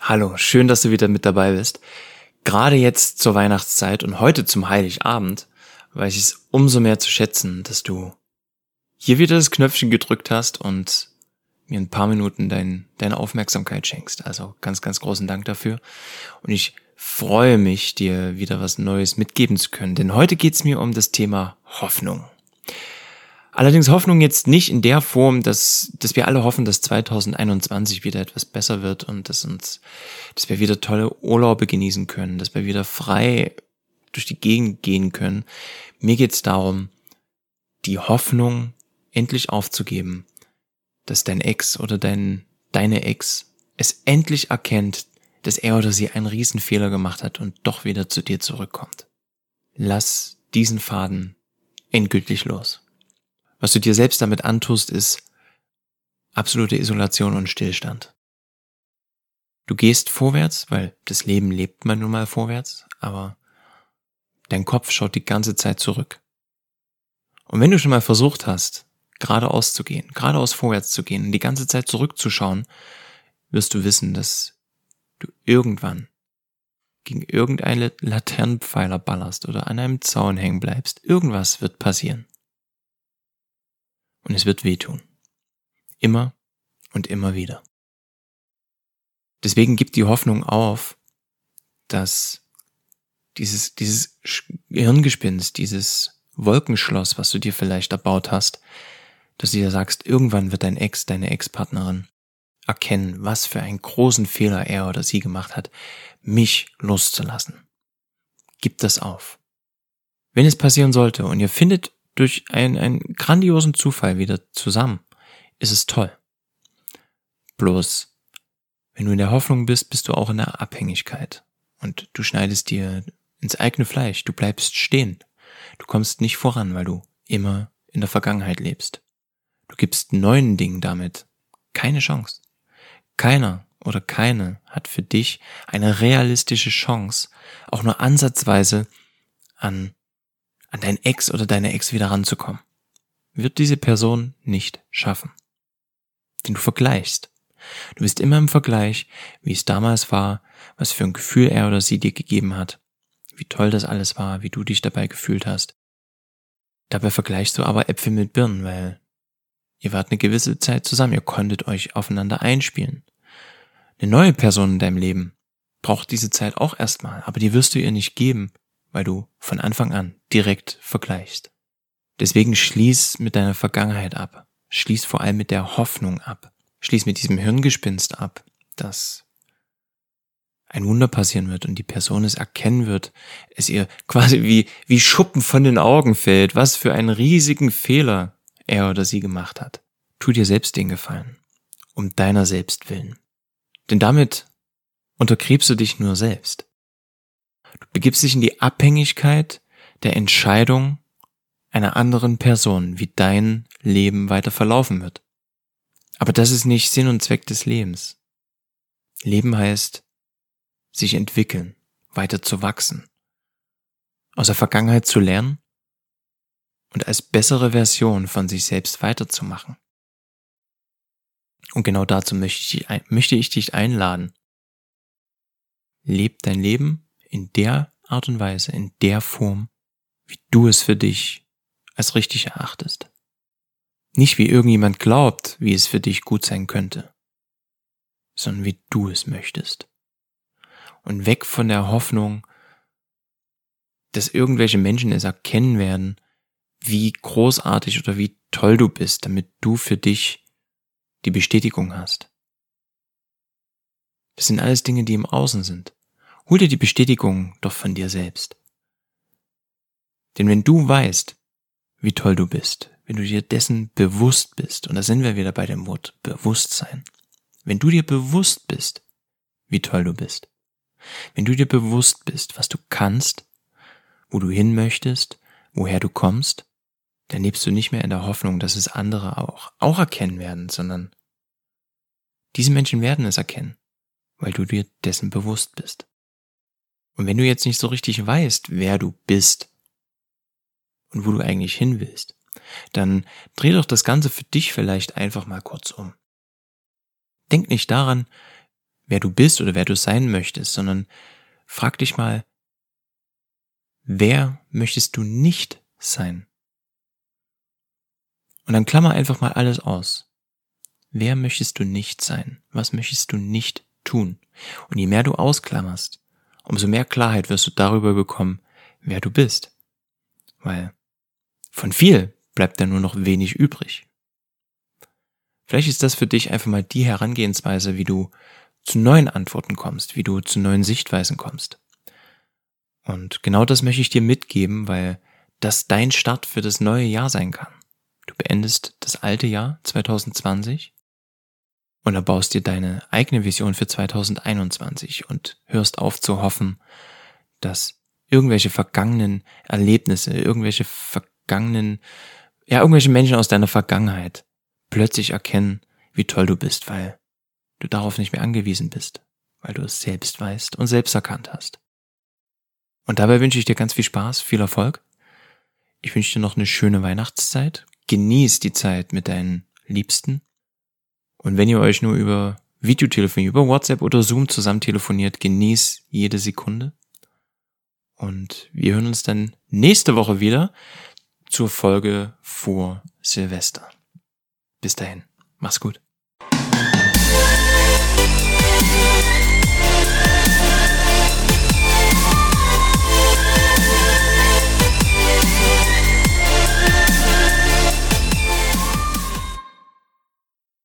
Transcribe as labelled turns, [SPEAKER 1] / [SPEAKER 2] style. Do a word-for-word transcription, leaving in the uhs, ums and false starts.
[SPEAKER 1] Hallo, schön, dass du wieder mit dabei bist. Gerade jetzt zur Weihnachtszeit und heute zum Heiligabend weiß ich es umso mehr zu schätzen, dass du hier wieder das Knöpfchen gedrückt hast und mir ein paar Minuten dein, deine Aufmerksamkeit schenkst. Also ganz, ganz großen Dank dafür. Und ich freue mich, dir wieder was Neues mitgeben zu können, denn heute geht es mir um das Thema Hoffnung. Allerdings Hoffnung jetzt nicht in der Form, dass, dass wir alle hoffen, dass zwanzig einundzwanzig wieder etwas besser wird und dass uns, dass wir wieder tolle Urlaube genießen können, dass wir wieder frei durch die Gegend gehen können. Mir geht es darum, die Hoffnung endlich aufzugeben, dass dein Ex oder dein, deine Ex es endlich erkennt, dass er oder sie einen Riesenfehler gemacht hat und doch wieder zu dir zurückkommt. Lass diesen Faden endgültig los. Was du dir selbst damit antust, ist absolute Isolation und Stillstand. Du gehst vorwärts, weil das Leben lebt man nun mal vorwärts, aber dein Kopf schaut die ganze Zeit zurück. Und wenn du schon mal versucht hast, geradeaus zu gehen, geradeaus vorwärts zu gehen und die ganze Zeit zurückzuschauen, wirst du wissen, dass du irgendwann gegen irgendeinen Laternenpfeiler ballerst oder an einem Zaun hängen bleibst. Irgendwas wird passieren. Und es wird wehtun. Immer und immer wieder. Deswegen gib die Hoffnung auf, dass dieses, dieses Hirngespinst, dieses Wolkenschloss, was du dir vielleicht erbaut hast, dass du dir sagst, irgendwann wird dein Ex, deine Ex-Partnerin erkennen, was für einen großen Fehler er oder sie gemacht hat, mich loszulassen. Gib das auf. Wenn es passieren sollte und ihr findet durch einen, einen grandiosen Zufall wieder zusammen, ist es toll. Bloß, wenn du in der Hoffnung bist, bist du auch in der Abhängigkeit. Und du schneidest dir ins eigene Fleisch, du bleibst stehen. Du kommst nicht voran, weil du immer in der Vergangenheit lebst. Du gibst neuen Dingen damit keine Chance. Keiner oder keine hat für dich eine realistische Chance, auch nur ansatzweise an an dein Ex oder deine Ex wieder ranzukommen. Wird diese Person nicht schaffen. Denn du vergleichst. Du bist immer im Vergleich, wie es damals war, was für ein Gefühl er oder sie dir gegeben hat, wie toll das alles war, wie du dich dabei gefühlt hast. Dabei vergleichst du aber Äpfel mit Birnen, weil ihr wart eine gewisse Zeit zusammen, ihr konntet euch aufeinander einspielen. Eine neue Person in deinem Leben braucht diese Zeit auch erstmal, aber die wirst du ihr nicht geben, weil du von Anfang an direkt vergleichst. Deswegen schließ mit deiner Vergangenheit ab. Schließ vor allem mit der Hoffnung ab. Schließ mit diesem Hirngespinst ab, dass ein Wunder passieren wird und die Person es erkennen wird, es ihr quasi wie, wie Schuppen von den Augen fällt, was für einen riesigen Fehler er oder sie gemacht hat. Tu dir selbst den Gefallen, um deiner selbst willen. Denn damit untergräbst du dich nur selbst. Du begibst dich in die Abhängigkeit der Entscheidung einer anderen Person, wie dein Leben weiter verlaufen wird. Aber das ist nicht Sinn und Zweck des Lebens. Leben heißt, sich entwickeln, weiter zu wachsen, aus der Vergangenheit zu lernen und als bessere Version von sich selbst weiterzumachen. Und genau dazu möchte ich, möchte ich dich einladen. Leb dein Leben in der Art und Weise, in der Form, wie du es für dich als richtig erachtest. Nicht wie irgendjemand glaubt, wie es für dich gut sein könnte, sondern wie du es möchtest. Und weg von der Hoffnung, dass irgendwelche Menschen es erkennen werden, wie großartig oder wie toll du bist, damit du für dich die Bestätigung hast. Das sind alles Dinge, die im Außen sind. Hol dir die Bestätigung doch von dir selbst. Denn wenn du weißt, wie toll du bist, wenn du dir dessen bewusst bist, und da sind wir wieder bei dem Wort Bewusstsein, wenn du dir bewusst bist, wie toll du bist, wenn du dir bewusst bist, was du kannst, wo du hin möchtest, woher du kommst, dann lebst du nicht mehr in der Hoffnung, dass es andere auch, auch erkennen werden, sondern diese Menschen werden es erkennen, weil du dir dessen bewusst bist. Und wenn du jetzt nicht so richtig weißt, wer du bist und wo du eigentlich hin willst, dann dreh doch das Ganze für dich vielleicht einfach mal kurz um. Denk nicht daran, wer du bist oder wer du sein möchtest, sondern frag dich mal, wer möchtest du nicht sein? Und dann klammer einfach mal alles aus. Wer möchtest du nicht sein? Was möchtest du nicht tun? Und je mehr du ausklammerst, umso mehr Klarheit wirst du darüber bekommen, wer du bist. Weil von viel bleibt dann nur noch wenig übrig. Vielleicht ist das für dich einfach mal die Herangehensweise, wie du zu neuen Antworten kommst, wie du zu neuen Sichtweisen kommst. Und genau das möchte ich dir mitgeben, weil das dein Start für das neue Jahr sein kann. Du beendest das alte Jahr zwanzig zwanzig und erbaust dir deine eigene Vision für zwanzig einundzwanzig und hörst auf zu hoffen, dass irgendwelche vergangenen Erlebnisse, irgendwelche vergangenen, ja, irgendwelche Menschen aus deiner Vergangenheit plötzlich erkennen, wie toll du bist, weil du darauf nicht mehr angewiesen bist, weil du es selbst weißt und selbst erkannt hast. Und dabei wünsche ich dir ganz viel Spaß, viel Erfolg. Ich wünsche dir noch eine schöne Weihnachtszeit. Genieß die Zeit mit deinen Liebsten. Und wenn ihr euch nur über Videotelefonie, über WhatsApp oder Zoom zusammen telefoniert, genieß jede Sekunde. Und wir hören uns dann nächste Woche wieder zur Folge vor Silvester. Bis dahin, mach's gut.